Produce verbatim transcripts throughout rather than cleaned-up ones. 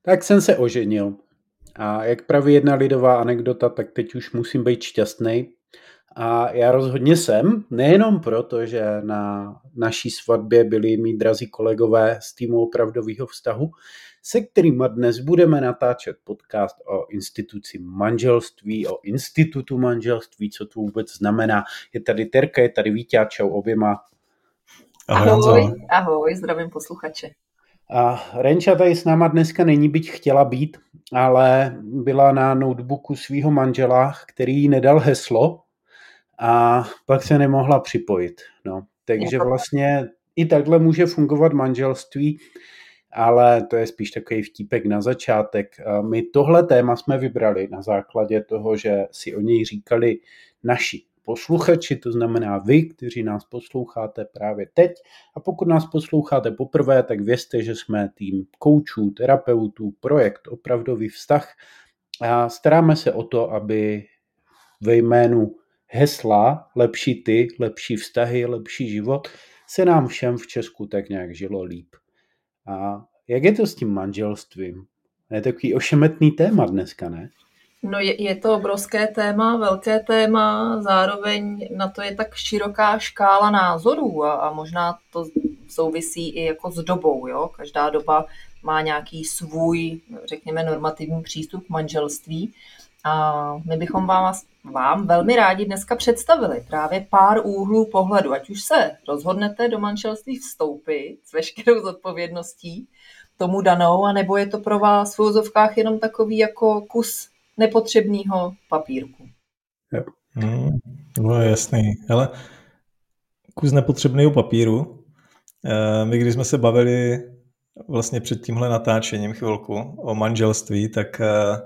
Tak jsem se oženil. A jak praví jedna lidová anekdota, tak teď už musím být šťastný. A já rozhodně jsem, nejenom proto, že na naší svatbě byli mý drazí kolegové z týmu Opravdového vztahu, se kterými dnes budeme natáčet podcast o instituci manželství, o institutu manželství, co to vůbec znamená. Je tady Terka, je tady Víťa, čau oběma. Ahoj, ahoj, ahoj, zdravím posluchače. A Renča tady s náma dneska není, byť chtěla být, ale byla na notebooku svého manžela, který jí nedal heslo a pak se nemohla připojit. No, takže vlastně i takhle může fungovat manželství, ale to je spíš takový vtípek na začátek. My tohle téma jsme vybrali na základě toho, že si o něj říkali naši posluchači, to znamená vy, kteří nás posloucháte právě teď. A pokud nás posloucháte poprvé, tak vězte, že jsme tým koučů, terapeutů, projekt Opravdový vztah a staráme se o to, aby ve jménu hesla lepší ty, lepší vztahy, lepší život se nám všem v Česku tak nějak žilo líp. A jak je to s tím manželstvím? Je to takový ošemetný téma dneska, ne? No je, je to obrovské téma, velké téma, zároveň na to je tak široká škála názorů a, a možná to souvisí i jako s dobou, jo? Každá doba má nějaký svůj, řekněme, normativní přístup k manželství a my bychom vám, vám velmi rádi dneska představili právě pár úhlů pohledu, ať už se rozhodnete do manželství vstoupit s veškerou zodpovědností tomu danou, anebo je to pro vás v úzovkách jenom takový jako kus nepotřebného papírku. Jo. Hmm, no jasný. Hele, kus nepotřebného papíru. My, když jsme se bavili vlastně před tímhle natáčením chvilku o manželství, tak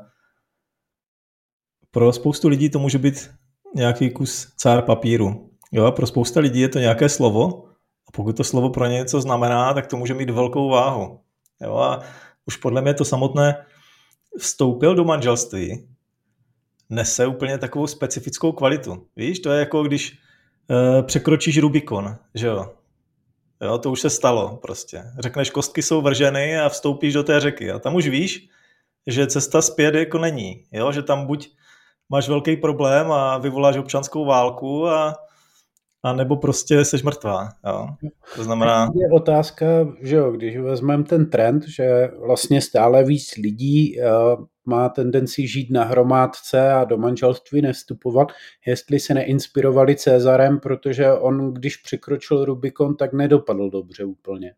pro spoustu lidí to může být nějaký kus cár papíru. Jo, a pro spousta lidí je to nějaké slovo a pokud to slovo pro ně něco znamená, tak to může mít velkou váhu. Jo, a už podle mě to samotné vstoupil do manželství nese úplně takovou specifickou kvalitu. Víš, to je jako když uh, překročíš Rubikon, že jo? Jo, to už se stalo prostě. Řekneš, kostky jsou vrženy a vstoupíš do té řeky. A tam už víš, že cesta zpět jako není. Jo? Že tam buď máš velký problém a vyvoláš občanskou válku a, a nebo prostě seš mrtvá. Jo? To znamená... Je otázka, že jo, když vezmeme ten trend, že vlastně stále víc lidí uh, má tendenci žít na hromádce a do manželství nevstupovat, jestli se neinspirovali Cezarem, protože on, když překročil Rubikon, tak nedopadl dobře úplně.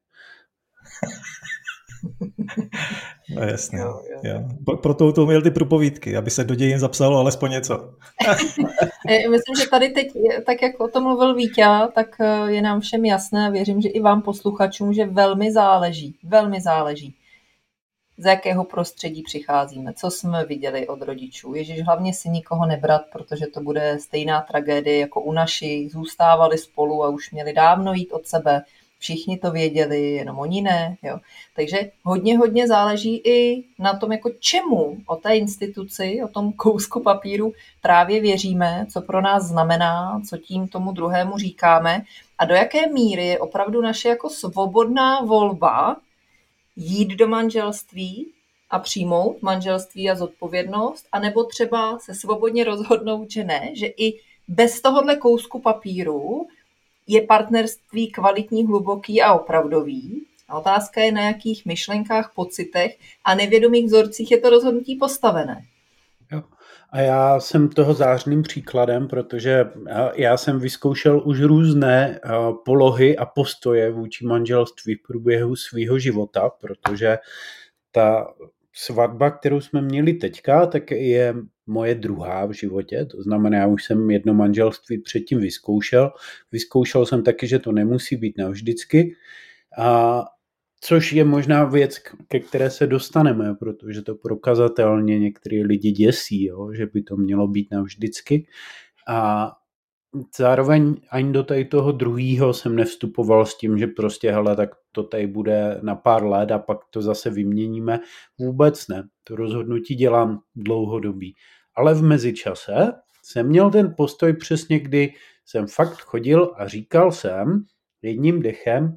No jasně. Jo, jo. Jo. Proto to měl ty průpovídky, aby se do dějin zapsalo alespoň něco. Myslím, že tady teď, tak jak o tom mluvil Víťa, tak je nám všem jasné a věřím, že i vám posluchačům, že velmi záleží, velmi záleží, z jakého prostředí přicházíme, co jsme viděli od rodičů. Ježiš, hlavně si nikoho nebrat, protože to bude stejná tragédie jako u našich. Zůstávali spolu a už měli dávno jít od sebe. Všichni to věděli, jenom oni ne. Jo. Takže hodně, hodně záleží i na tom, jako čemu o té instituci, o tom kousku papíru právě věříme, co pro nás znamená, co tím tomu druhému říkáme a do jaké míry je opravdu naše jako svobodná volba jít do manželství a přijmout manželství a zodpovědnost, anebo třeba se svobodně rozhodnout, že ne, že i bez tohohle kousku papíru je partnerství kvalitní, hluboký a opravdový. A otázka je, na jakých myšlenkách, pocitech a nevědomých vzorcích je to rozhodnutí postavené. Jo. A já jsem toho zářným příkladem, protože já jsem vyzkoušel už různé polohy a postoje vůči manželství v průběhu svého života, protože ta svatba, kterou jsme měli teďka, tak je moje druhá v životě, to znamená, já už jsem jedno manželství předtím vyzkoušel. Vyzkoušel jsem taky, že to nemusí být navždycky, a což je možná věc, ke které se dostaneme, protože to prokazatelně některý lidi děsí, jo, že by to mělo být navždycky. A zároveň ani do tady toho druhého jsem nevstupoval s tím, že prostě hele, tak to tady bude na pár let a pak to zase vyměníme. Vůbec ne. To rozhodnutí dělám dlouhodobý. Ale v mezičase jsem měl ten postoj přesně, kdy jsem fakt chodil a říkal jsem jedním dechem,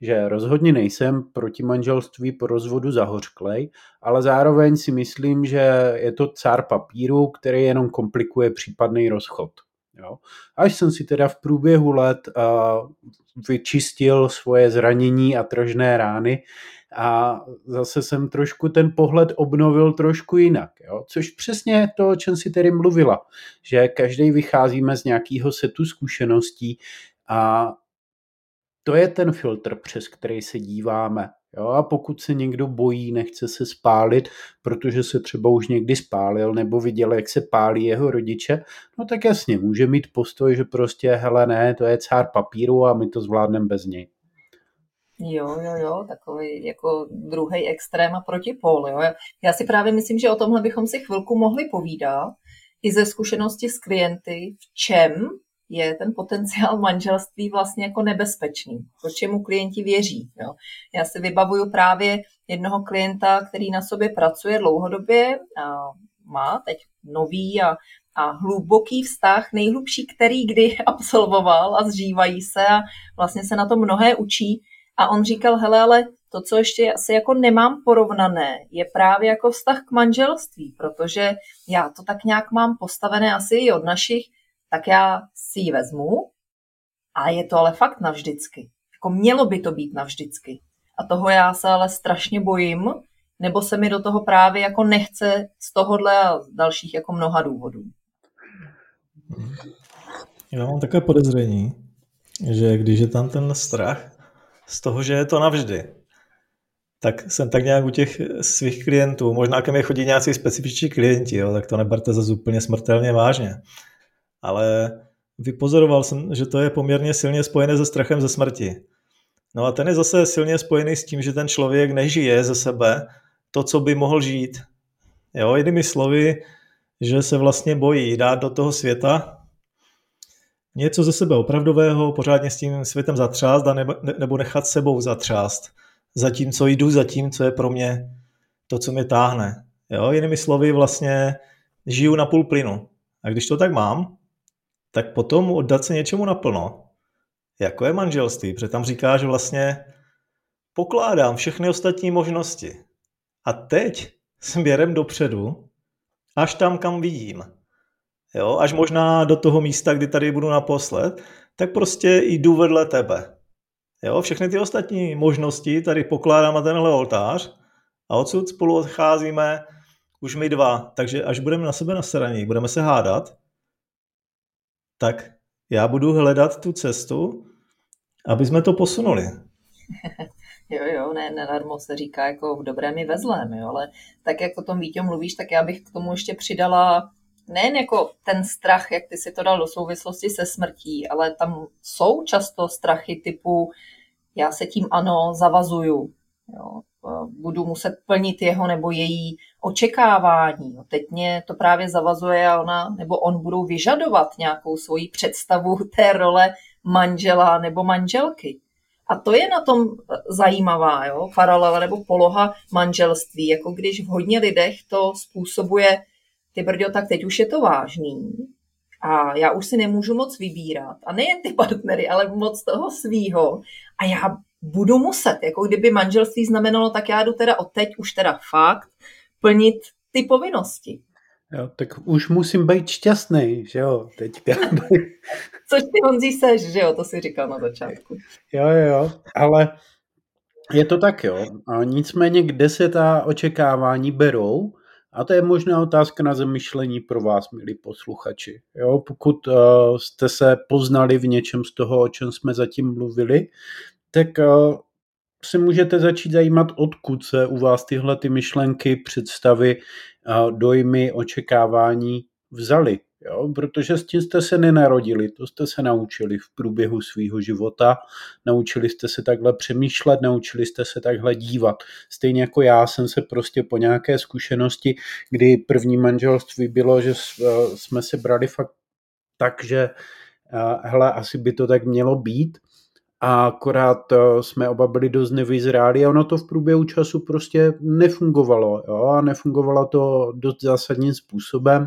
že rozhodně nejsem proti manželství po rozvodu zahořklej, ale zároveň si myslím, že je to cár papíru, který jenom komplikuje případný rozchod. Jo. Až jsem si teda v průběhu let uh, vyčistil svoje zranění a tržné rány a zase jsem trošku ten pohled obnovil trošku jinak. Jo. Což přesně je to, o čem si tedy mluvila, že každý vycházíme z nějakého setu zkušeností a to je ten filtr, přes který se díváme. Jo? A pokud se někdo bojí, nechce se spálit, protože se třeba už někdy spálil nebo viděl, jak se pálí jeho rodiče, no tak jasně, může mít postoj, že prostě, hele ne, to je cár papíru a my to zvládneme bez něj. Jo, jo, jo, takový jako druhý extrém a protipól. Jo. Já si právě myslím, že o tomhle bychom si chvilku mohli povídat i ze zkušenosti s klienty, v čem je ten potenciál manželství vlastně jako nebezpečný, po čemu klienti věří. Jo. Já si vybavuju právě jednoho klienta, který na sobě pracuje dlouhodobě a má teď nový a, a hluboký vztah, nejhlubší, který kdy absolvoval a zžívají se a vlastně se na to mnohé učí. A on říkal, hele, ale to, co ještě asi jako nemám porovnané, je právě jako vztah k manželství, protože já to tak nějak mám postavené asi i od našich, tak já si ji vezmu a je to ale fakt navždycky. Jako mělo by to být navždycky. A toho já se ale strašně bojím, nebo se mi do toho právě jako nechce z tohohle a z dalších jako mnoha důvodů. Já mám takové podezření, že když je tam ten strach z toho, že je to navždy, tak jsem tak nějak u těch svých klientů, možná ke mně chodí nějací specifičtí klienti, jo, tak to neberte zase úplně smrtelně vážně. Ale vypozoroval jsem, že to je poměrně silně spojené se strachem ze smrti. No a ten je zase silně spojený s tím, že ten člověk nežije ze sebe to, co by mohl žít. Jo, jinými slovy, že se vlastně bojí dát do toho světa něco ze sebe opravdového, pořádně s tím světem zatřást a nebo nechat sebou zatřást. Za tím, co jdu, za tím, co je pro mě to, co mě táhne. Jo, jinými slovy, vlastně žiju na půl plynu. A když to tak mám, tak potom oddat se něčemu naplno, jako je manželství, protože tam říká, že vlastně pokládám všechny ostatní možnosti. A teď směrem dopředu, až tam, kam vidím. Jo, až možná do toho místa, kdy tady budu naposled, tak prostě jdu vedle tebe. Jo, všechny ty ostatní možnosti tady pokládám na tenhle oltář a odsud spolu odcházíme už my dva. Takže až budeme na sebe nasraní, budeme se hádat, tak já budu hledat tu cestu, aby jsme to posunuli. Jo, jo, ne, nedarmo se říká jako v dobrém i ve zlém, jo, ale tak jak o tom, Víťo, mluvíš, tak já bych k tomu ještě přidala nejen jako ten strach, jak ty si to dal do souvislosti se smrtí, ale tam jsou často strachy typu já se tím ano zavazuju, jo, budu muset plnit jeho nebo její očekávání. Teď mě to právě zavazuje a ona nebo on budou vyžadovat nějakou svoji představu té role manžela nebo manželky. A to je na tom zajímavá, jo, paralela nebo poloha manželství, jako když v hodně lidech to způsobuje, ty brďo, tak teď už je to vážný a já už si nemůžu moc vybírat. A nejen ty partnery, ale moc toho svýho. A já budu muset, jako kdyby manželství znamenalo, tak já jdu teda od teď už teda fakt plnit ty povinnosti. Jo, tak už musím být šťastný, že jo, teďka. Což ty, Honzí, seš, že jo, to si říkal na začátku. Jo, jo, ale je to tak, jo. A nicméně, kde se ta očekávání berou, a to je možná otázka na zamyšlení pro vás, milí posluchači. Jo, pokud uh, jste se poznali v něčem z toho, o čem jsme zatím mluvili, tak uh, se můžete začít zajímat, odkud se u vás tyhle ty myšlenky, představy, uh, dojmy, očekávání vzaly. Jo, protože s tím jste se nenarodili, to jste se naučili v průběhu svého života, naučili jste se takhle přemýšlet, naučili jste se takhle dívat. Stejně jako já jsem se prostě po nějaké zkušenosti, kdy první manželství bylo, že jsme se brali fakt tak, že hele, asi by to tak mělo být, a akorát jsme oba byli dost nevyzráli a ono to v průběhu času prostě nefungovalo. Jo? A nefungovalo to dost zásadním způsobem.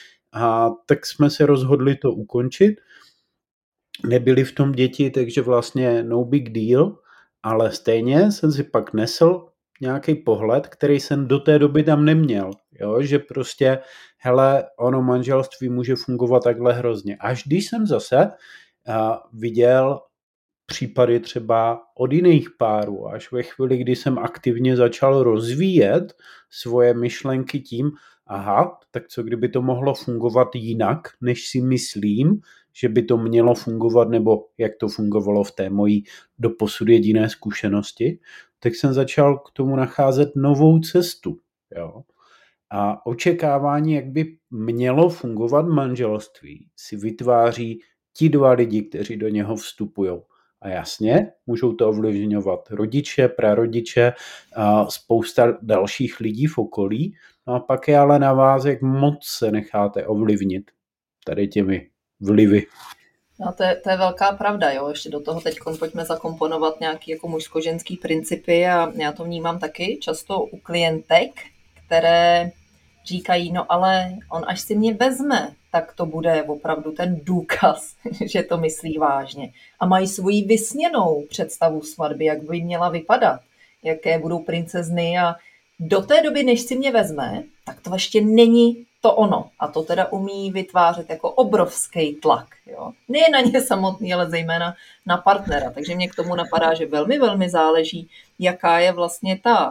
A tak jsme se rozhodli to ukončit. Nebyli v tom děti, takže vlastně no big deal. ale stejně jsem si pak nesl nějaký pohled, který jsem do té doby tam neměl. Jo? Že prostě, hele, ono manželství může fungovat takhle hrozně. Až když jsem zase uh, viděl případy třeba od jiných párů, až ve chvíli, kdy jsem aktivně začal rozvíjet svoje myšlenky tím, aha, tak co kdyby to mohlo fungovat jinak, než si myslím, že by to mělo fungovat, nebo jak to fungovalo v té mojí doposud jediné zkušenosti, tak jsem začal k tomu nacházet novou cestu. Jo? A očekávání, jak by mělo fungovat manželství, si vytváří ti dva lidi, kteří do něho vstupují. A jasně, můžou to ovlivňovat rodiče, prarodiče, a spousta dalších lidí v okolí. No a pak je ale na vás, jak moc se necháte ovlivnit tady těmi vlivy. No to je, to je velká pravda, jo. Ještě do toho teď pojďme zakomponovat nějaký jako mužsko-ženský principy a já to vnímám taky často u klientek, které říkají, no ale on až si mě vezme, tak to bude opravdu ten důkaz, že to myslí vážně. A mají svoji vysněnou představu svatby, jak by měla vypadat, jaké budou princezny a do té doby, než si mě vezme, tak to ještě není to ono. A to teda umí vytvářet jako obrovský tlak. Jo? Ne na ně samotný, ale zejména na partnera. Takže mě k tomu napadá, že velmi, velmi záleží, jaká je vlastně ta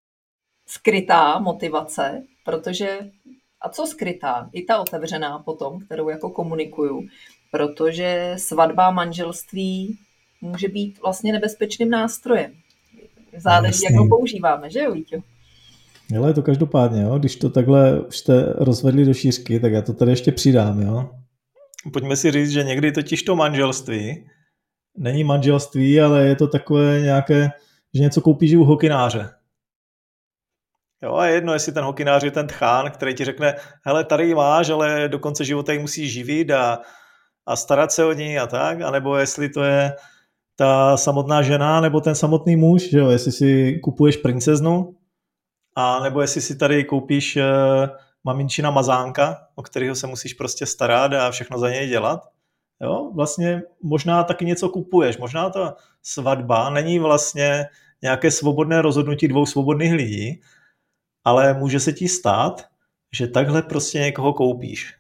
skrytá motivace, protože, a co skrytá? I ta otevřená potom, kterou jako komunikuju, protože svatba, manželství může být vlastně nebezpečným nástrojem. Záleží, jak ho používáme, že jo, Víťo? Ale je to každopádně, jo? Když to takhle už jste rozvedli do šířky, tak já to tady ještě přidám. Jo? Pojďme si říct, že někdy totiž to manželství není manželství, ale je to takové nějaké, že něco koupíš u hokináře. Jo, a je jedno, jestli ten hokinář je ten tchán, který ti řekne, hele, tady ji máš, ale do konce života ji musíš živit a, a starat se o ní a tak, anebo jestli to je ta samotná žena nebo ten samotný muž, že jo, jestli si kupuješ princeznu, a nebo jestli si tady koupíš uh, maminčina mazánka, o kterého se musíš prostě starat a všechno za něj dělat. Jo, vlastně možná taky něco kupuješ, možná ta svatba není vlastně nějaké svobodné rozhodnutí dvou svobodných lidí, ale může se ti stát, že takhle prostě někoho koupíš.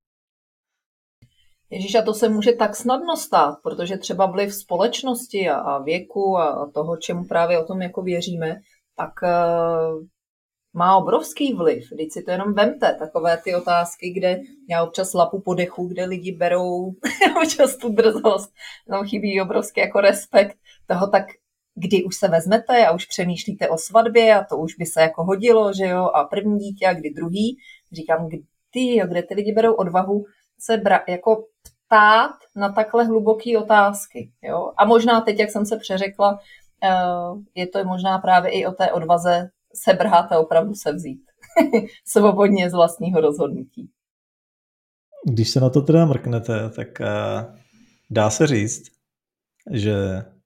Ježíš, a to se může tak snadno stát, protože třeba vliv společnosti a, a věku a toho, čemu právě o tom jako věříme, tak uh, má obrovský vliv. Vždyť si to jenom vemte, takové ty otázky, kde já občas lapu po dechu, kde lidi berou občas tu drzost, tam chybí obrovský jako respekt toho, tak kdy už se vezmete a už přemýšlíte o svatbě a to už by se jako hodilo, že jo, a první dítě a kdy druhý. Říkám, kdy, jo, kde ty lidi berou odvahu se bra- jako ptát na takhle hluboký otázky, jo. A možná teď, jak jsem se přeřekla, je to možná právě i o té odvaze se brát a opravdu se vzít. Svobodně z vlastního rozhodnutí. Když se na to teda mrknete, tak dá se říct, že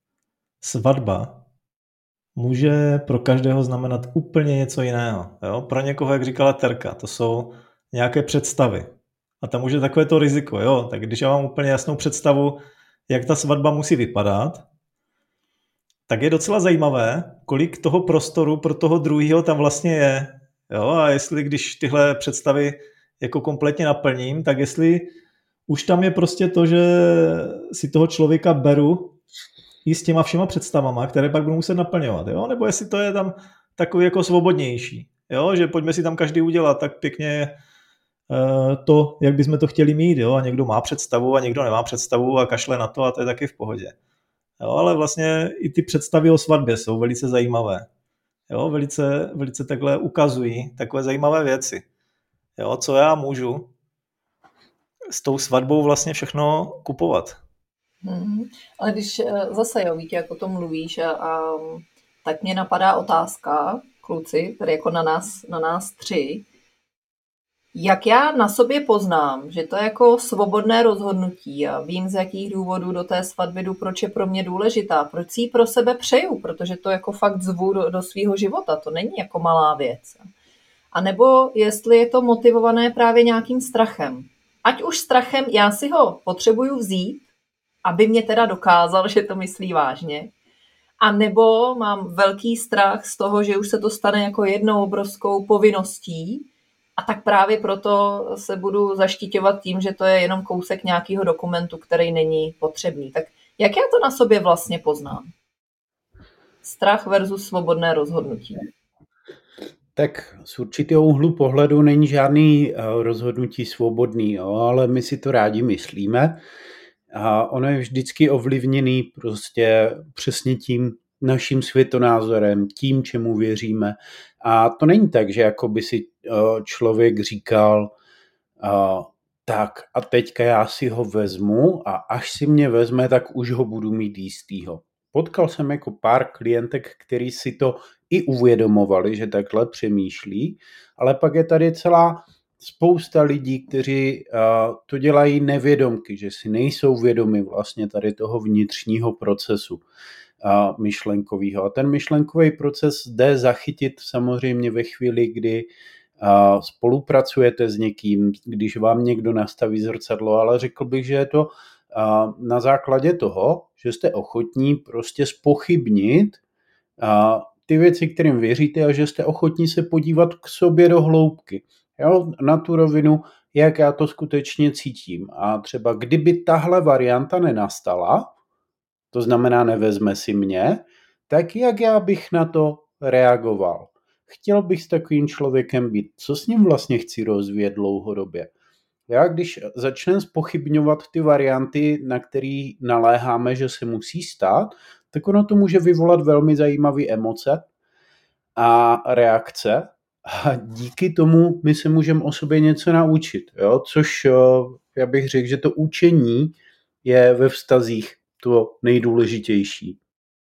svatba může pro každého znamenat úplně něco jiného. Jo? Pro někoho, jak říkala Terka, to jsou nějaké představy. A tam už je takové to riziko. Jo? Tak když já mám úplně jasnou představu, jak ta svatba musí vypadat, tak je docela zajímavé, kolik toho prostoru pro toho druhého tam vlastně je. Jo? A jestli když tyhle představy jako kompletně naplním, tak jestli už tam je prostě to, že si toho člověka beru i s těma všema představama, které pak budu muset naplňovat, jo? Nebo jestli to je tam takový jako svobodnější, jo? Že pojďme si tam každý udělat tak pěkně uh, to, jak bychom to chtěli mít, jo? A někdo má představu a někdo nemá představu a kašle na to a to je taky v pohodě. Jo? Ale vlastně i ty představy o svatbě jsou velice zajímavé. Jo? Velice, velice takhle ukazují takové zajímavé věci. Jo? Co já můžu s tou svatbou vlastně všechno kupovat. Hmm. Ale když zase, jo, Vítě, jak o tom mluvíš, a, a, tak mě napadá otázka, kluci, tady jako na nás, na nás tři, jak já na sobě poznám, že to je jako svobodné rozhodnutí a vím, z jakých důvodů do té svatby jdu, proč je pro mě důležitá, proč si ji pro sebe přeju, protože to jako fakt zvu do, do svýho života, to není jako malá věc. A nebo jestli je to motivované právě nějakým strachem. Ať už strachem, já si ho potřebuju vzít, aby mě teda dokázal, že to myslí vážně. A nebo mám velký strach z toho, že už se to stane jako jednou obrovskou povinností a tak právě proto se budu zaštiťovat tím, že to je jenom kousek nějakého dokumentu, který není potřebný. Tak jak já to na sobě vlastně poznám? Strach versus svobodné rozhodnutí. Tak z určitého úhlu pohledu není žádný rozhodnutí svobodný, jo, ale my si to rádi myslíme. A ono je vždycky ovlivněný prostě přesně tím naším světonázorem, tím, čemu věříme. A to není tak, že jako by si člověk říkal, tak a teďka já si ho vezmu a až si mě vezme, tak už ho budu mít jistýho. Potkal jsem jako pár klientek, který si to i uvědomovali, že takhle přemýšlí, ale pak je tady celá spousta lidí, kteří uh, to dělají nevědomky, že si nejsou vědomi vlastně tady toho vnitřního procesu uh, myšlenkového. A ten myšlenkový proces jde zachytit samozřejmě ve chvíli, kdy uh, spolupracujete s někým, když vám někdo nastaví zrcadlo, ale řekl bych, že je to uh, na základě toho, že jste ochotní prostě zpochybnit uh, ty věci, kterým věříte a že jste ochotní se podívat k sobě do hloubky. Jo, na tu rovinu, jak já to skutečně cítím. A třeba kdyby tahle varianta nenastala, to znamená nevezme si mě, tak jak já bych na to reagoval? Chtěl bych s takovým člověkem být. Co s ním vlastně chci rozvíjet dlouhodobě? Já když začnem zpochybňovat ty varianty, na které naléháme, že se musí stát, tak ono to může vyvolat velmi zajímavé emoce a reakce. A díky tomu my se můžeme o sobě něco naučit, jo? Což já bych řekl, že to učení je ve vztazích to nejdůležitější.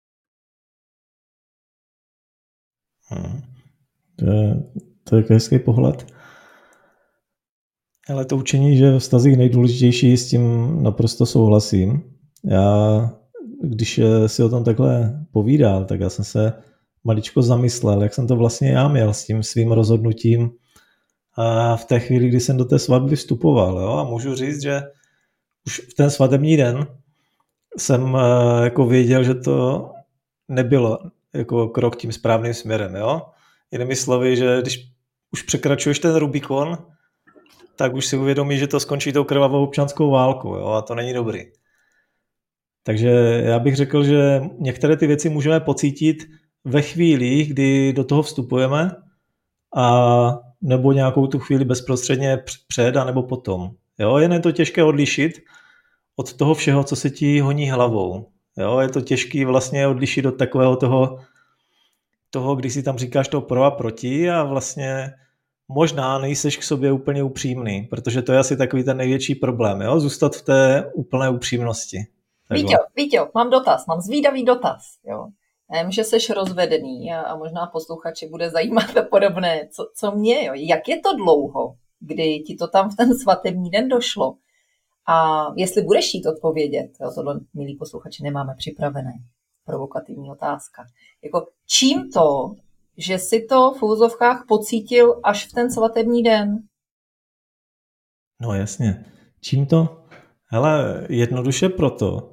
Hmm. To je, to je hezký pohled. Ale to učení, že ve vztazích nejdůležitější, s tím naprosto souhlasím. Já, když si o tom takhle povídal, tak já jsem se maličko zamyslel, jak jsem to vlastně já měl s tím svým rozhodnutím a v té chvíli, kdy jsem do té svatby vstupoval. Jo? A můžu říct, že už v ten svatební den jsem jako věděl, že to nebylo jako krok tím správným směrem. Jo? Jinými slovy, že když už překračuješ ten Rubikon, tak už si uvědomíš, že to skončí tou krvavou občanskou válkou, jo? A to není dobrý. Takže já bych řekl, že některé ty věci můžeme pocítit ve chvíli, kdy do toho vstupujeme, a nebo nějakou tu chvíli bezprostředně před a nebo potom. Jo? Jen je to těžké odlišit od toho všeho, co se ti honí hlavou. Jo? Je to těžké vlastně odlišit od takového toho, toho, když si tam říkáš to pro a proti a vlastně možná nejseš k sobě úplně upřímný, protože to je asi takový ten největší problém, jo? Zůstat v té úplné upřímnosti. Víťo, Víťo, mám dotaz, mám zvídavý dotaz. Jo? Vím, že jsi rozvedený a, a možná posluchači bude zajímat podobné, co, co mě, jo? Jak je to dlouho, kdy ti to tam v ten svatební den došlo? A jestli budeš jít odpovědět, jo, tohle, milí posluchači, nemáme připravené, provokativní otázka. Jako, čím to, že si to v úvozovkách pocítil až v ten svatební den? No jasně. Čím to? Hele, jednoduše proto,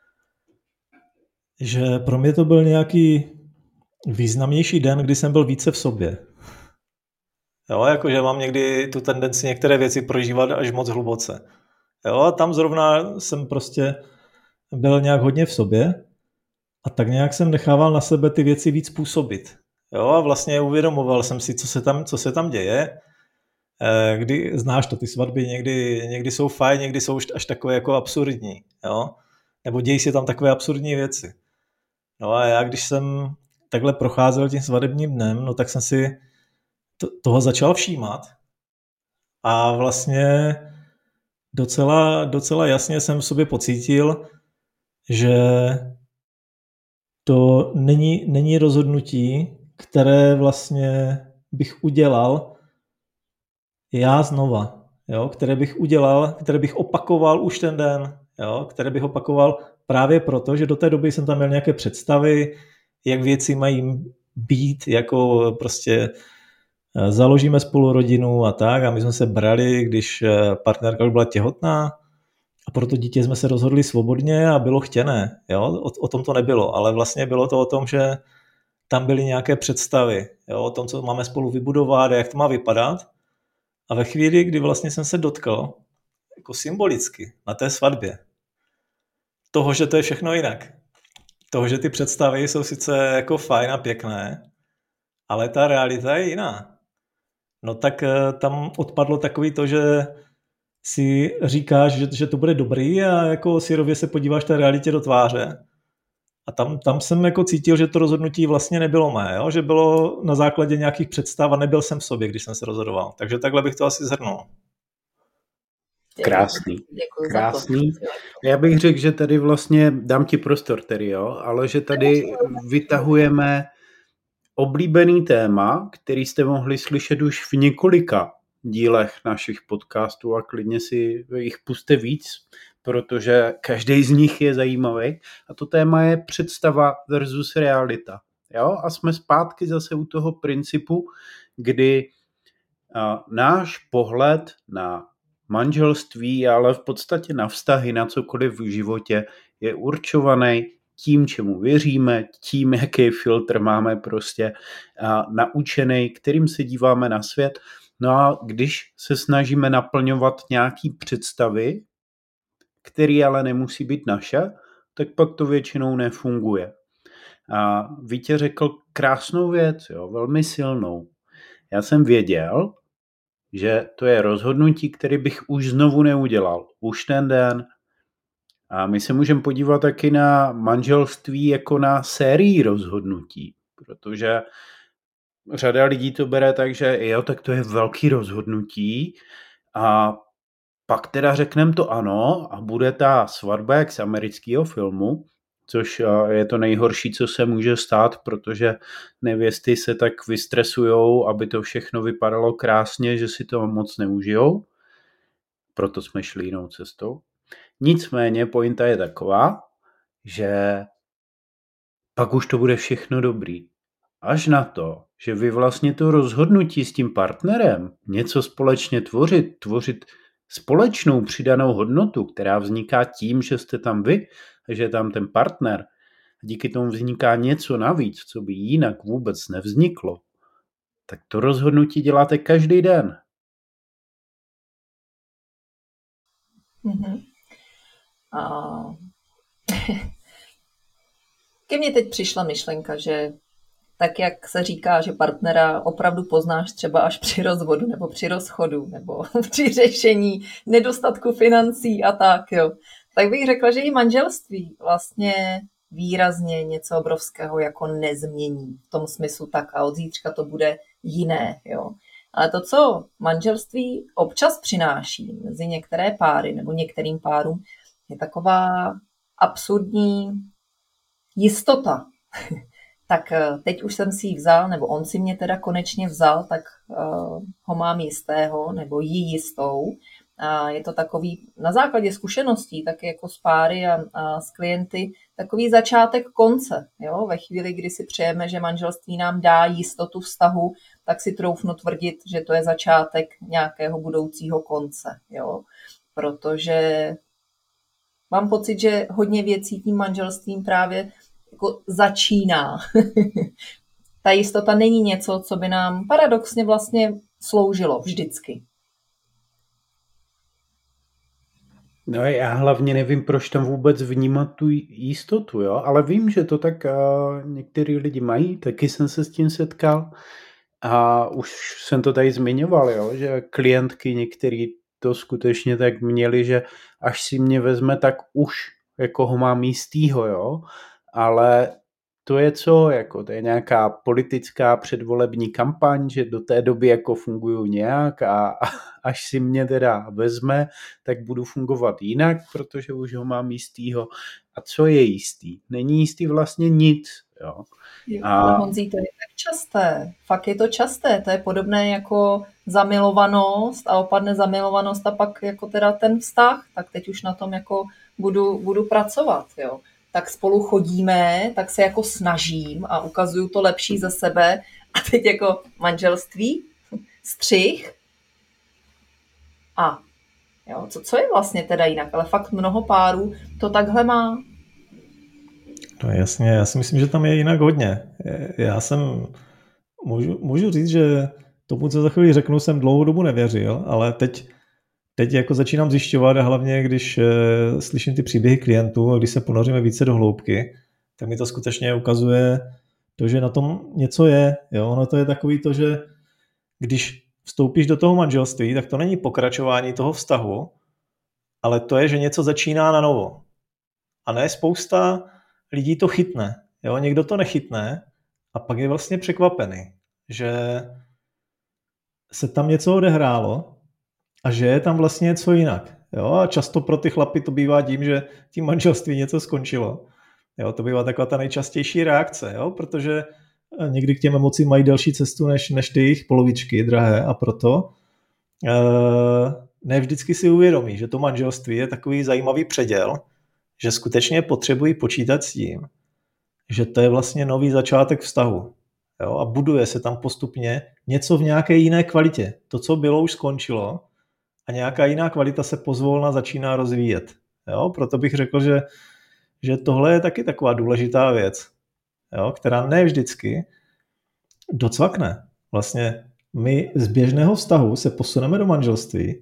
že pro mě to byl nějaký významnější den, kdy jsem byl více v sobě. Jo, jakože mám někdy tu tendenci některé věci prožívat až moc hluboce. Jo, a tam zrovna jsem prostě byl nějak hodně v sobě a tak nějak jsem nechával na sebe ty věci víc působit. Jo, a vlastně uvědomoval jsem si, co se tam, co se tam děje. Kdy, znáš to, ty svatby někdy, někdy jsou fajn, někdy jsou až takové jako absurdní. Jo? Nebo dějí se tam takové absurdní věci. No a já, když jsem takhle procházel tím svatebním dnem, no tak jsem si to, toho začal všímat a vlastně docela, docela jasně jsem v sobě pocítil, že to není, není rozhodnutí, které vlastně bych udělal já znova, jo, které bych udělal, které bych opakoval už ten den, jo, které bych opakoval právě proto, že do té doby jsem tam měl nějaké představy, jak věci mají být, jako prostě založíme spolu rodinu a tak, a my jsme se brali, když partnerka byla těhotná a pro to dítě jsme se rozhodli svobodně a bylo chtěné. Jo? O, o tom to nebylo, ale vlastně bylo to o tom, že tam byly nějaké představy, jo? O tom, co máme spolu vybudovat a jak to má vypadat. A ve chvíli, kdy vlastně jsem se dotkl jako symbolicky na té svatbě toho, že to je všechno jinak. Toho, že ty představy jsou sice jako fajn a pěkné, ale ta realita je jiná. No tak tam odpadlo takový to, že si říkáš, že, že to bude dobrý a jako syrově se podíváš té realitě do tváře. A tam, tam jsem jako cítil, že to rozhodnutí vlastně nebylo mé, jo? Že bylo na základě nějakých představ a nebyl jsem v sobě, když jsem se rozhodoval. Takže takhle bych to asi shrnul. Krásný. Děkuji Krásný. Já bych řekl, že tady vlastně, dám ti prostor tedy, jo, ale že tady vytahujeme oblíbený téma, který jste mohli slyšet už v několika dílech našich podcastů a klidně si jich puste víc, protože každý z nich je zajímavý. A to téma je představa versus realita. Jo? A jsme zpátky zase u toho principu, kdy a, náš pohled na manželství, ale v podstatě na vztahy, na cokoliv v životě, je určovaný tím, čemu věříme, tím, jaký filtr máme prostě a, naučený, kterým se díváme na svět. No a když se snažíme naplňovat nějaký představy, které ale nemusí být naše, tak pak to většinou nefunguje. A Vítě řekl krásnou věc, jo, velmi silnou. Já jsem věděl, že to je rozhodnutí, které bych už znovu neudělal. Už ten den. A my se můžeme podívat taky na manželství jako na sérii rozhodnutí, protože řada lidí to bere tak, že jo, tak to je velký rozhodnutí a pak teda řekneme to ano a bude ta svatba jak z amerického filmu, což je to nejhorší, co se může stát, protože nevěsty se tak vystresujou, aby to všechno vypadalo krásně, že si to moc neužijou. Proto jsme šli jinou cestou. Nicméně pointa je taková, že pak už to bude všechno dobrý. Až na to, že vy vlastně to rozhodnutí s tím partnerem něco společně tvořit, tvořit společnou přidanou hodnotu, která vzniká tím, že jste tam vy a že je tam ten partner, a díky tomu vzniká něco navíc, co by jinak vůbec nevzniklo, tak to rozhodnutí děláte každý den. Mm-hmm. A... Ke mně teď přišla myšlenka, že tak, jak se říká, že partnera opravdu poznáš třeba až při rozvodu nebo při rozchodu nebo při řešení nedostatku financí a tak, jo. Tak bych řekla, že i manželství vlastně výrazně něco obrovského jako nezmění. V tom smyslu tak a od zítřka to bude jiné, jo. Ale to, co manželství občas přináší mezi některé páry nebo některým párům, je taková absurdní jistota. Tak teď už jsem si ji vzal, nebo on si mě teda konečně vzal, tak uh, ho mám jistého, nebo ji jistou. A je to takový, na základě zkušeností, tak jako s páry a, a s klienty, takový začátek konce. Jo? Ve chvíli, kdy si přejeme, že manželství nám dá jistotu vztahu, tak si troufnu tvrdit, že to je začátek nějakého budoucího konce. Jo? Protože mám pocit, že hodně věcí tím manželstvím právě jako začíná. Ta jistota není něco, co by nám paradoxně vlastně sloužilo vždycky. No já hlavně nevím, proč tam vůbec vnímat tu jistotu, jo? Ale vím, že to tak uh, některý lidi mají, taky jsem se s tím setkal a už jsem to tady zmiňoval, jo? Že klientky některý to skutečně tak měli, že až si mě vezme, tak už jako ho mám jistýho, jo? Ale to je co, jako to je nějaká politická předvolební kampaň, že do té doby jako funguju nějak a, a až si mě teda vezme, tak budu fungovat jinak, protože už ho mám jistýho. A co je jistý? Není jistý vlastně nic. Jo. Jo, a... Honzí, to je tak časté. Fakt je to časté. To je podobné jako zamilovanost a opadne zamilovanost a pak jako teda ten vztah. Tak teď už na tom jako budu, budu pracovat, jo. Tak spolu chodíme, tak se jako snažím a ukazuju to lepší ze sebe a teď jako manželství, střih a Jo, co, co je vlastně teda jinak? Ale fakt mnoho párů to takhle má. No jasně, já si myslím, že tam je jinak hodně. Já jsem, můžu, můžu říct, že tomu, co za chvíli řeknu, jsem dlouhou dobu nevěřil, ale teď, teď jako začínám zjišťovat a hlavně, když uh, slyším ty příběhy klientů a když se ponoříme více do hloubky, tak mi to skutečně ukazuje to, že na tom něco je. Jo? Ono to je takový to, že když vstoupíš do toho manželství, tak to není pokračování toho vztahu, ale to je, že něco začíná na novo. A ne spousta lidí to chytne. Jo? Někdo to nechytne a pak je vlastně překvapený, že se tam něco odehrálo a že je tam vlastně něco jinak. Jo? A často pro ty chlapy to bývá tím, že tím manželství něco skončilo. Jo? To bývá taková ta nejčastější reakce, jo? Protože někdy k těm emocím mají delší cestu než, než ty jejich polovičky drahé a proto uh, ne vždycky si uvědomí, že to manželství je takový zajímavý předěl, že skutečně potřebují počítat s tím, že to je vlastně nový začátek vztahu. Jo? A buduje se tam postupně něco v nějaké jiné kvalitě. To, co bylo, už skončilo a nějaká jiná kvalita se pozvolna začíná rozvíjet. Jo? Proto bych řekl, že, že tohle je taky taková důležitá věc, jo? Která ne vždycky docvakne. Vlastně my z běžného vztahu se posuneme do manželství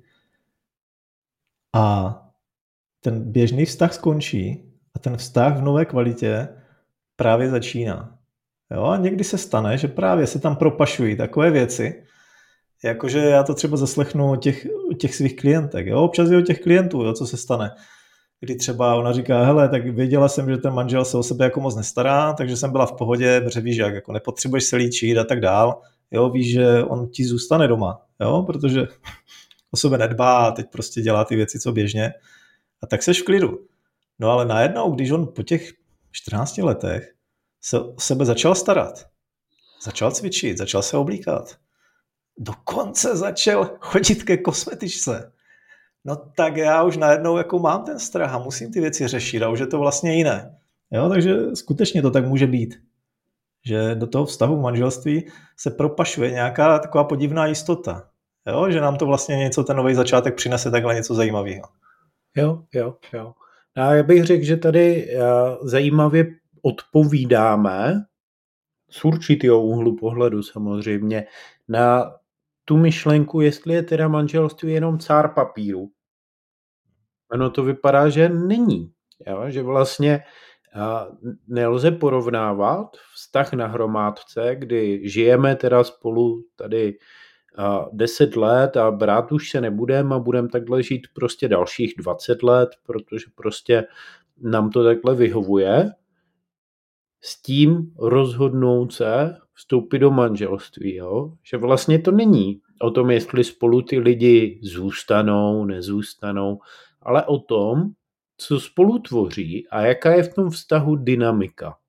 a ten běžný vztah skončí a ten vztah v nové kvalitě právě začíná. Jo? A někdy se stane, že právě se tam propašují takové věci, jakože já to třeba zaslechnu těch, těch svých klientek. Jo? Občas je o těch klientů, jo? Co se stane. Kdy třeba ona říká, hele, tak věděla jsem, že ten manžel se o sebe jako moc nestará, takže jsem byla v pohodě, protože víš, jak jako nepotřebuješ se líčit a tak dál. Jo? Víš, že on ti zůstane doma, jo? Protože o sebe nedbá a teď prostě dělá ty věci, co běžně. A tak seš v klidu. No ale najednou, když on po těch čtrnácti letech se o sebe začal starat, začal cvičit, začal se oblíkat, dokonce začal chodit ke kosmetičce, no tak já už najednou jako mám ten strach a musím ty věci řešit a už je to vlastně jiné. Jo, takže skutečně to tak může být, že do toho vztahu manželství se propašuje nějaká taková podivná jistota, jo, že nám to vlastně něco, ten nový začátek přinese takhle něco zajímavého. Jo, jo, jo. A já bych řekl, že tady zajímavě odpovídáme z určitého úhlu pohledu samozřejmě na tu myšlenku, jestli je teda manželství jenom cár papíru. Ano, to vypadá, že není. Jo? Že vlastně nelze porovnávat vztah na hromádce, kdy žijeme teda spolu tady deset let a brát už se nebudeme a budeme takhle žít prostě dalších dvacet let, protože prostě nám to takhle vyhovuje. S tím rozhodnout se vstoupit do manželství, jo? Že vlastně to není o tom, jestli spolu ty lidi zůstanou, nezůstanou, ale o tom, co spolu tvoří a jaká je v tom vztahu dynamika.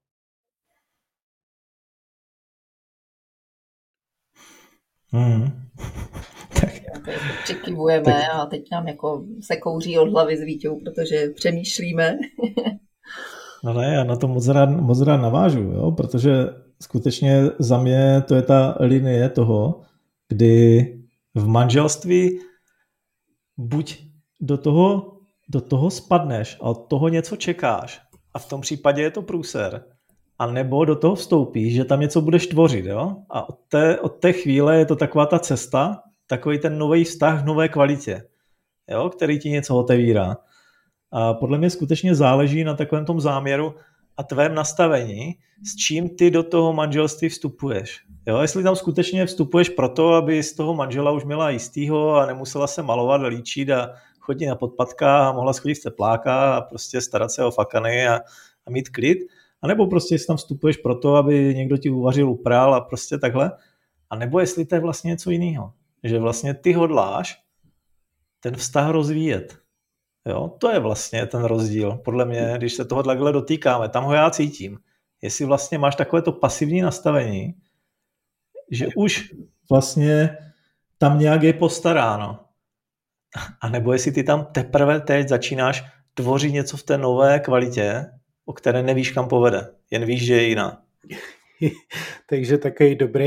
Hmm. Tak. Přikivujeme a teď nám jako se kouří od hlavy s Víťou, protože přemýšlíme. No ne, já na to moc rád, moc rád navážu, jo? Protože skutečně za mě to je ta linie toho, kdy v manželství buď do toho, do toho spadneš a od toho něco čekáš a v tom případě je to průser, a nebo do toho vstoupíš, že tam něco budeš tvořit, jo? A od té, od té chvíle je to taková ta cesta, takový ten nový vztah v nové kvalitě, jo? Který ti něco otevírá. A podle mě skutečně záleží na takovém tom záměru a tvém nastavení, s čím ty do toho manželství vstupuješ. Jo? Jestli tam skutečně vstupuješ proto, aby z toho manžela už měla jistýho a nemusela se malovat, líčit a chodit na podpatkách a mohla schodit v tepláka a prostě starat se o fakany a, a mít klid. A nebo prostě jestli tam vstupuješ proto, aby někdo ti uvařil, upral a prostě takhle. A nebo jestli to je vlastně něco jiného. Že vlastně ty hodláš ten vztah rozvíjet. Jo, to je vlastně ten rozdíl. Podle mě, když se toho takhle dotýkáme, tam ho já cítím. Jestli vlastně máš takové to pasivní nastavení, že už vlastně tam nějak je postaráno. A nebo jestli ty tam teprve teď začínáš tvořit něco v té nové kvalitě, o které nevíš, kam povede. Jen víš, že je jiná. Takže takový dobrý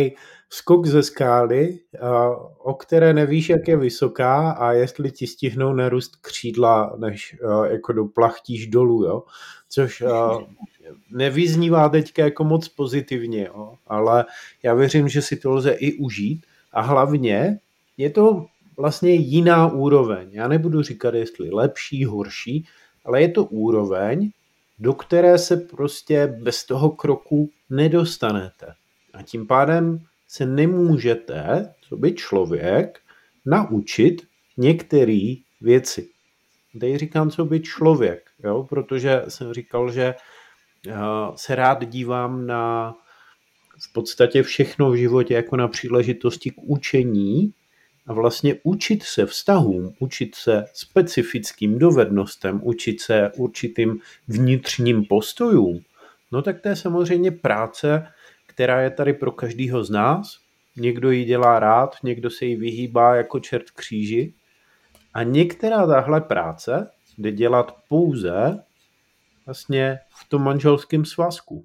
skok ze skály, o které nevíš, jak je vysoká a jestli ti stihnou nerůst křídla, než jako doplachtíš dolů, jo? Což nevyznívá teďka jako moc pozitivně, jo? Ale já věřím, že si to lze i užít a hlavně je to vlastně jiná úroveň. Já nebudu říkat, jestli lepší, horší, ale je to úroveň, do které se prostě bez toho kroku nedostanete. A tím pádem se nemůžete, co by člověk, naučit některé věci. Tady říkám, co by člověk, jo? Protože jsem říkal, že se rád dívám na v podstatě všechno v životě jako na příležitosti k učení a vlastně učit se vztahům, učit se specifickým dovednostem, učit se určitým vnitřním postojům, no tak to je samozřejmě práce, která je tady pro každého z nás. Někdo ji dělá rád, někdo se jí vyhýbá jako čert kříži a některá tahle práce jde dělat pouze vlastně v tom manželském svazku.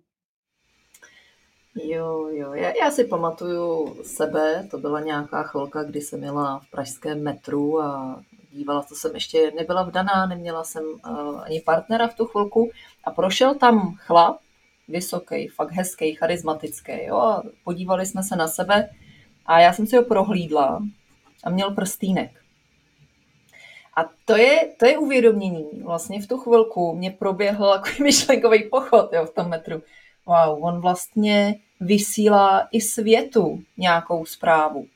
Jo, jo, já, já si pamatuju sebe, to byla nějaká chvilka, kdy jsem jela v pražském metru a dívala, to jsem ještě nebyla vdaná, neměla jsem uh, ani partnera v tu chvilku a prošel tam chlap, vysoký, fakt hezký, charismatický, jo, a podívali jsme se na sebe a já jsem si ho prohlídla a měl prstýnek. A to je, to je uvědomění. Vlastně v tu chvilku mě proběhl takový myšlenkový pochod, jo, v tom metru. Wow, on vlastně vysílá i světu nějakou zprávu.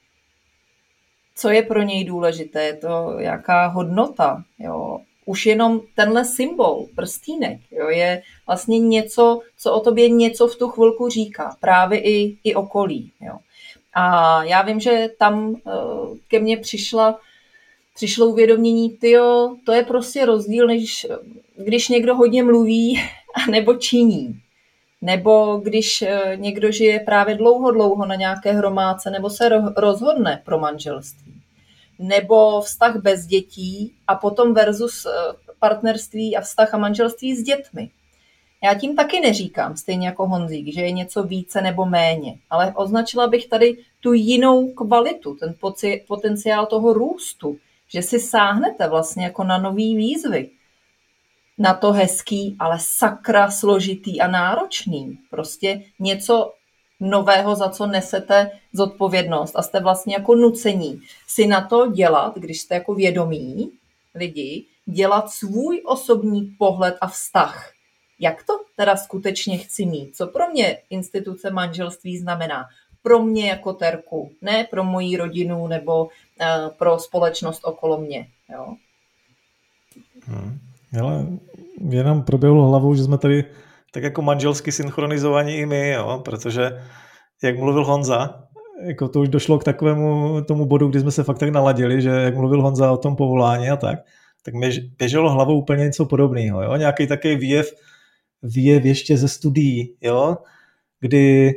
Co je pro něj důležité, je to jaká hodnota. Jo. Už jenom tenhle symbol, prstýnek, jo, je vlastně něco, co o tobě něco v tu chvilku říká. Právě i, i okolí. Jo. A já vím, že tam ke mně přišla Přišlo uvědomění, tyjo, to je prostě rozdíl, než když někdo hodně mluví nebo činí. Nebo když někdo žije právě dlouho, dlouho na nějaké hromádce nebo se rozhodne pro manželství. Nebo vztah bez dětí a potom versus partnerství a vztah a manželství s dětmi. Já tím taky neříkám, stejně jako Honzík, že je něco více nebo méně, ale označila bych tady tu jinou kvalitu, ten potenciál toho růstu, že si sáhnete vlastně jako na nový výzvy. Na to hezký, ale sakra složitý a náročný. Prostě něco nového, za co nesete zodpovědnost a jste vlastně jako nucení si na to dělat, když jste jako vědomí lidi, dělat svůj osobní pohled a vztah. Jak to teda skutečně chci mít? Co pro mě instituce manželství znamená? Pro mě jako terku, ne pro moji rodinu nebo uh, pro společnost okolo mě. Jo? Hmm. Ale jenom proběhlo hlavou, že jsme tady tak jako manželsky synchronizovaní i my, jo? Protože jak mluvil Honza, jako to už došlo k takovému tomu bodu, kdy jsme se fakt tak naladili, že jak mluvil Honza o tom povolání a tak, tak mi běželo hlavou úplně něco podobného. Jo? Nějaký takový výjev, výjev ještě ze studií, jo? Kdy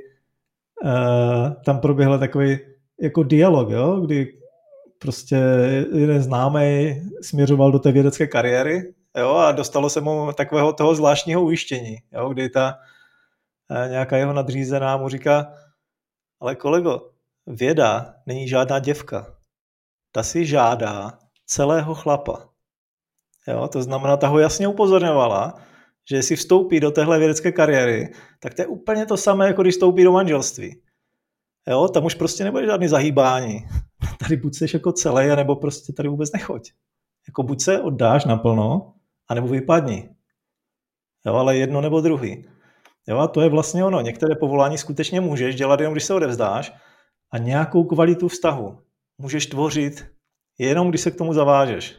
Uh, tam proběhl takový jako dialog, jo? Kdy prostě jeden známý směřoval do té vědecké kariéry, jo? A dostalo se mu takového toho zvláštního ujištění, jo? Kdy ta uh, nějaká jeho nadřízená mu říká, ale kolego, věda není žádná děvka, ta si žádá celého chlapa. Jo? To znamená, ta ho jasně upozorňovala, že jestli vstoupí do téhle vědecké kariéry, tak to je úplně to samé, jako když vstoupí do manželství. Jo, tam už prostě nebude žádný zahýbání. Tady buď seš jako celý, anebo prostě tady vůbec nechoď. Jako buď se oddáš naplno, anebo vypadni. Jo, ale jedno nebo druhý. Jo, a to je vlastně ono. Některé povolání skutečně můžeš dělat jenom, když se odevzdáš a nějakou kvalitu vztahu můžeš tvořit jenom, když se k tomu zavážeš.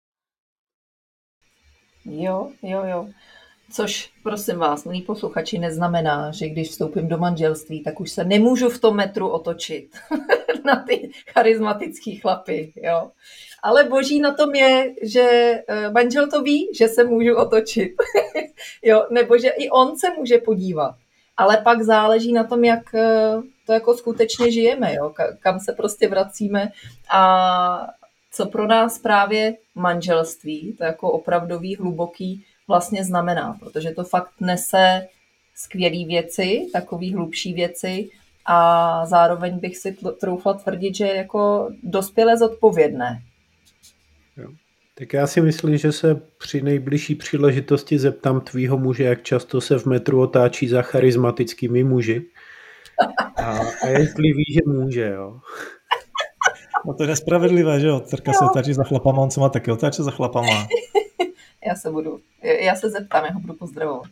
Jo, jo, jo. Což, prosím vás, milí posluchači, neznamená, že když vstoupím do manželství, tak už se nemůžu v tom metru otočit na ty charismatický chlapy, jo. Ale boží na tom je, že manžel to ví, že se můžu otočit, jo, nebo že i on se může podívat. Ale pak záleží na tom, jak to jako skutečně žijeme, jo, kam se prostě vracíme a co pro nás právě manželství, to jako opravdový, hluboký, vlastně znamená, protože to fakt nese skvělé věci, takové hlubší věci, a zároveň bych si troufla tvrdit, že je jako dospěle zodpovědné. Jo. Tak já si myslím, že se při nejbližší příležitosti zeptám tvýho muže, jak často se v metru otáčí za charismatickými muži. A, a jestli ví, že může, jo. No to je nespravedlivé, že jo? Terka se otáčí za chlapama, on se má taky otáčí za chlapama. Já se budu, já se zeptám, já ho budu pozdravovat.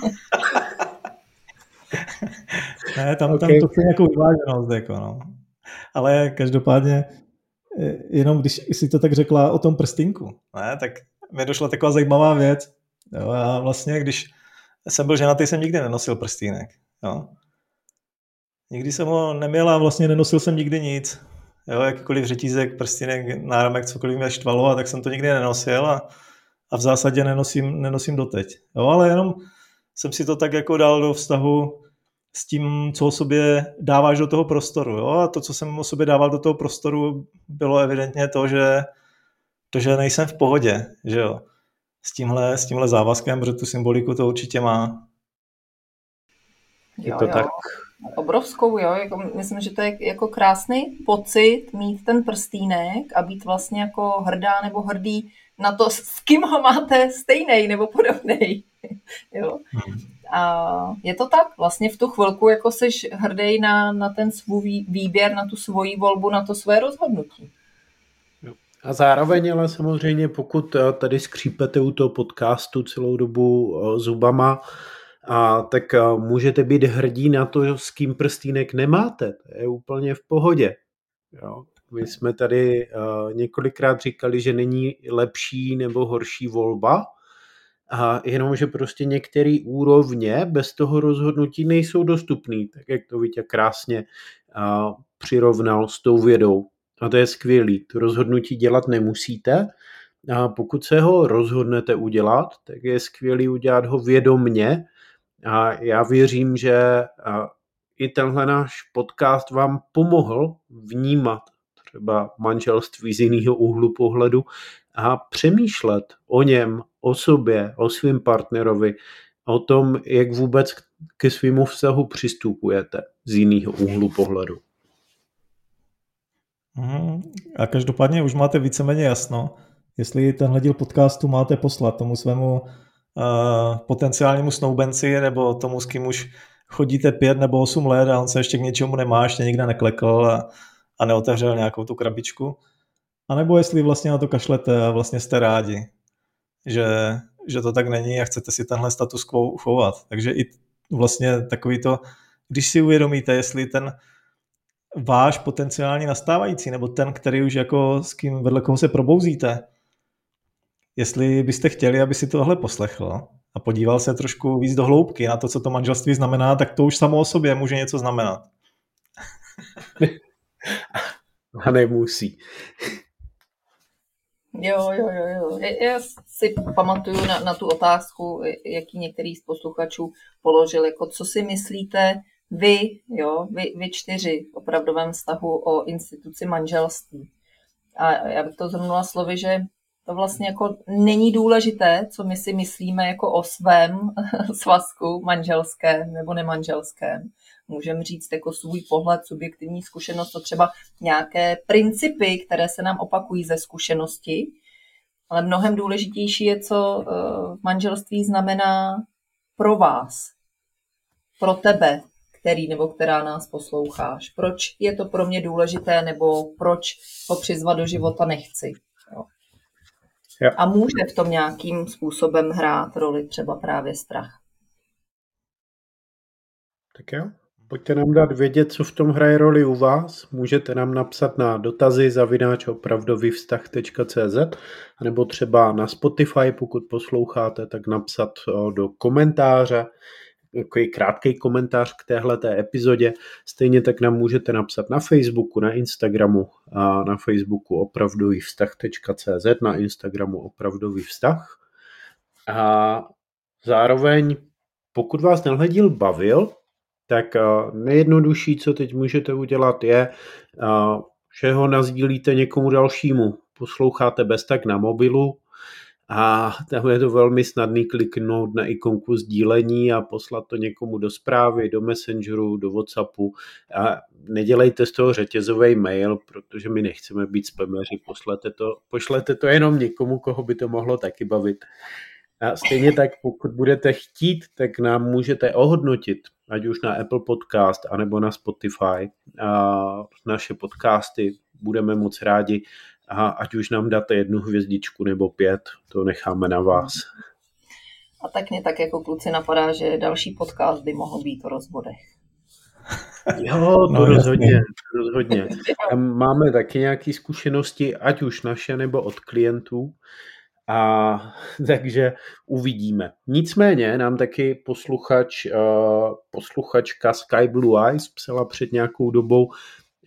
Ne, tam, okay. tam to chce nějakou vyváženost, jako no. Ale každopádně, jenom když jsi to tak řekla o tom prstínku, ne, tak mi došla taková zajímavá věc. Jo, já vlastně, když jsem byl ženatý, jsem nikdy nenosil prstínek. Jo. Nikdy jsem ho neměl a vlastně nenosil jsem nikdy nic. Jo, jakýkoliv řetízek, prstínek, náramek, cokoliv mě štvalo, a tak jsem to nikdy nenosil a, a v zásadě nenosím, nenosím doteď. Jo, ale jenom jsem si to tak jako dal do vztahu s tím, co o sobě dáváš do toho prostoru. Jo? A to, co jsem o sobě dával do toho prostoru, bylo evidentně to, že, to, že nejsem v pohodě. Že jo? S tímhle, s tímhle závazkem, protože tu symboliku to určitě má. Je to jo, tak. Obrovskou, jo. Jako, myslím, že to je jako krásný pocit mít ten prstínek a být vlastně jako hrdá nebo hrdý na to, s kým ho máte stejnej nebo podobnej. Jo. Hmm. A je to tak, vlastně v tu chvilku jako seš hrdý na, na ten svůj výběr, na tu svoji volbu, na to své rozhodnutí. A zároveň ale samozřejmě, pokud tady skřípete u toho podcastu celou dobu zubama, a tak můžete být hrdí na to, s kým prstínek nemáte. To je úplně v pohodě. Jo. My jsme tady několikrát říkali, že není lepší nebo horší volba, a jenom, že prostě některé úrovně bez toho rozhodnutí nejsou dostupný, tak jak to Vítě krásně a, přirovnal s tou vědou. A to je skvělý. To rozhodnutí dělat nemusíte. A pokud se ho rozhodnete udělat, tak je skvělý udělat ho vědomně. A já věřím, že a, i tenhle náš podcast vám pomohl vnímat třeba manželství z jiného úhlu pohledu a přemýšlet o něm, o sobě, o svém partnerovi, o tom, jak vůbec ke svému vztahu přistupujete z jiného úhlu pohledu. A každopádně už máte víceméně jasno, jestli tenhle díl podcastu máte poslat tomu svému uh, potenciálnímu snoubenci nebo tomu, s kým už chodíte pět nebo osm let a on se ještě k něčemu nemá, ještě nikde neklekl a, a neotevřel nějakou tu krabičku. A nebo jestli vlastně na to kašlete a vlastně jste rádi, že, že to tak není a chcete si tenhle status quo uchovat. Takže i vlastně takový to, když si uvědomíte, jestli ten váš potenciální nastávající, nebo ten, který už jako s kým vedle koho se probouzíte, jestli byste chtěli, aby si tohle poslechl a podíval se trošku víc do hloubky na to, co to manželství znamená, tak to už samo o sobě může něco znamenat. A nemusí. Jo, jo, jo, jo. Já si pamatuju na, na tu otázku, jaký některý z posluchačů položil, jako co si myslíte vy, jo, vy, vy čtyři v opravdovém vztahu o instituci manželství. A já bych to zhrnula slovy, že to vlastně jako není důležité, co my si myslíme jako o svém svazku manželském nebo nemanželském. Můžeme říct jako svůj pohled, subjektivní zkušenost, to třeba nějaké principy, které se nám opakují ze zkušenosti, ale mnohem důležitější je, co v manželství znamená pro vás, pro tebe, který nebo která nás posloucháš. Proč je to pro mě důležité, nebo proč ho přizvat do života nechci. Jo. Jo. A může v tom nějakým způsobem hrát roli třeba právě strach. Tak jo. Pojďte nám dát vědět, co v tom hraje roli u vás. Můžete nám napsat na dotazy zavináč opravdovývztah tečka cé zet nebo třeba na Spotify, pokud posloucháte, tak napsat do komentáře, takový krátký komentář k téhleté epizodě. Stejně tak nám můžete napsat na Facebooku, na Instagramu, a na Facebooku opravdovývztah tečka cé zet, na Instagramu opravdový vztah. A zároveň, pokud vás tenhle díl bavil, tak nejjednodušší, co teď můžete udělat, je, že ho nasdílíte někomu dalšímu. Posloucháte bez tak na mobilu a tam je to velmi snadný kliknout na ikonku sdílení a poslat to někomu do zprávy, do Messengeru, do WhatsAppu a nedělejte z toho řetězový mail, protože my nechceme být spameři, pošlete to, pošlete to jenom někomu, koho by to mohlo taky bavit. A stejně tak, pokud budete chtít, tak nám můžete ohodnotit, ať už na Apple Podcast, anebo na Spotify, a naše podcasty, budeme moc rádi, a ať už nám dáte jednu hvězdičku nebo pět, to necháme na vás. A tak mě tak jako kluci napadá, že další podcast by mohl být o rozvodech. Jo, to no, rozhodně, rozhodně. Máme taky nějaké zkušenosti, ať už naše nebo od klientů, a takže uvidíme. Nicméně nám taky posluchač, uh, posluchačka Sky Blue Eyes psala před nějakou dobou, uh,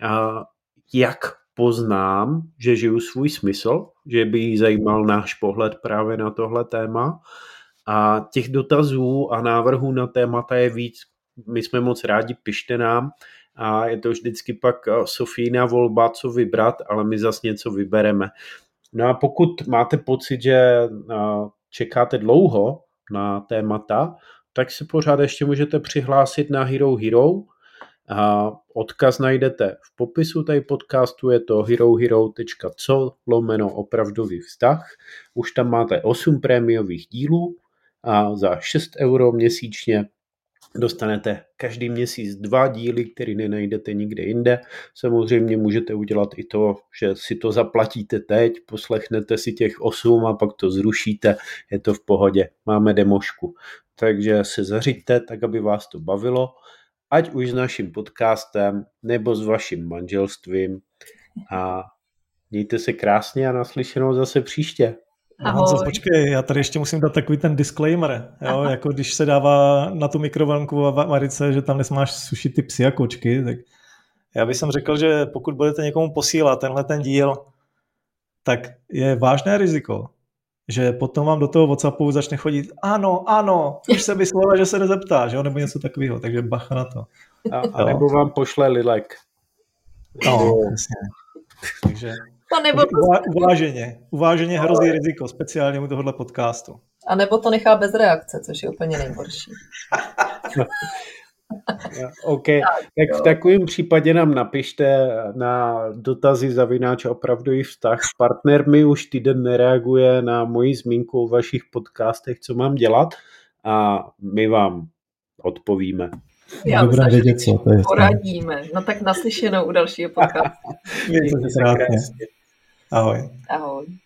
jak poznám, že žiju svůj smysl, že by jí zajímal náš pohled právě na tohle téma. A těch dotazů a návrhů na témata je víc. My jsme moc rádi, pište nám. A je to vždycky pak Sofína volba, co vybrat, ale my zase něco vybereme. No a pokud máte pocit, že čekáte dlouho na témata, tak se pořád ještě můžete přihlásit na Hero Hero. A odkaz najdete v popisu tady podcastu, je to herohero tečka co lomeno opravdový vztah. Už tam máte osm prémiových dílů a za šest euro měsíčně dostanete každý měsíc dva díly, které nenajdete nikde jinde. Samozřejmě můžete udělat i to, že si to zaplatíte teď, poslechnete si těch osm a pak to zrušíte, je to v pohodě, máme demošku. Takže se zařiďte tak, aby vás to bavilo, ať už s naším podcastem, nebo s vaším manželstvím. A mějte se krásně a naslyšenou zase příště. Honzo, počkej, já tady ještě musím dát takový ten disclaimer, jo? Jako když se dává na tu mikrovlnku a Marice, že tam nesmáš sušit ty psy a kočky, tak já bych řekl, že pokud budete někomu posílat tenhle ten díl, tak je vážné riziko, že potom vám do toho WhatsAppu začne chodit ano, ano, už se myslela, že se nezeptáš, jo? Nebo něco takového, takže bacha na to. A, a nebo vám pošle Lilek. No, jasně. Takže to nebo to... uváženě, uváženě hrozí riziko, speciálně u tohohle podcastu. A nebo to nechá bez reakce, což je úplně nejhorší. OK, tak v takovém případě nám napište na dotazy zavináč opravdový vztah. Partner mi už týden nereaguje na moji zmínku o vašich podcastech, co mám dělat, a my vám odpovíme. Já myslím, vědět, co to je. Poradíme. No tak naslyšenou u dalšího podcastu. Mějte se krásně. Ahoj. Ahoj.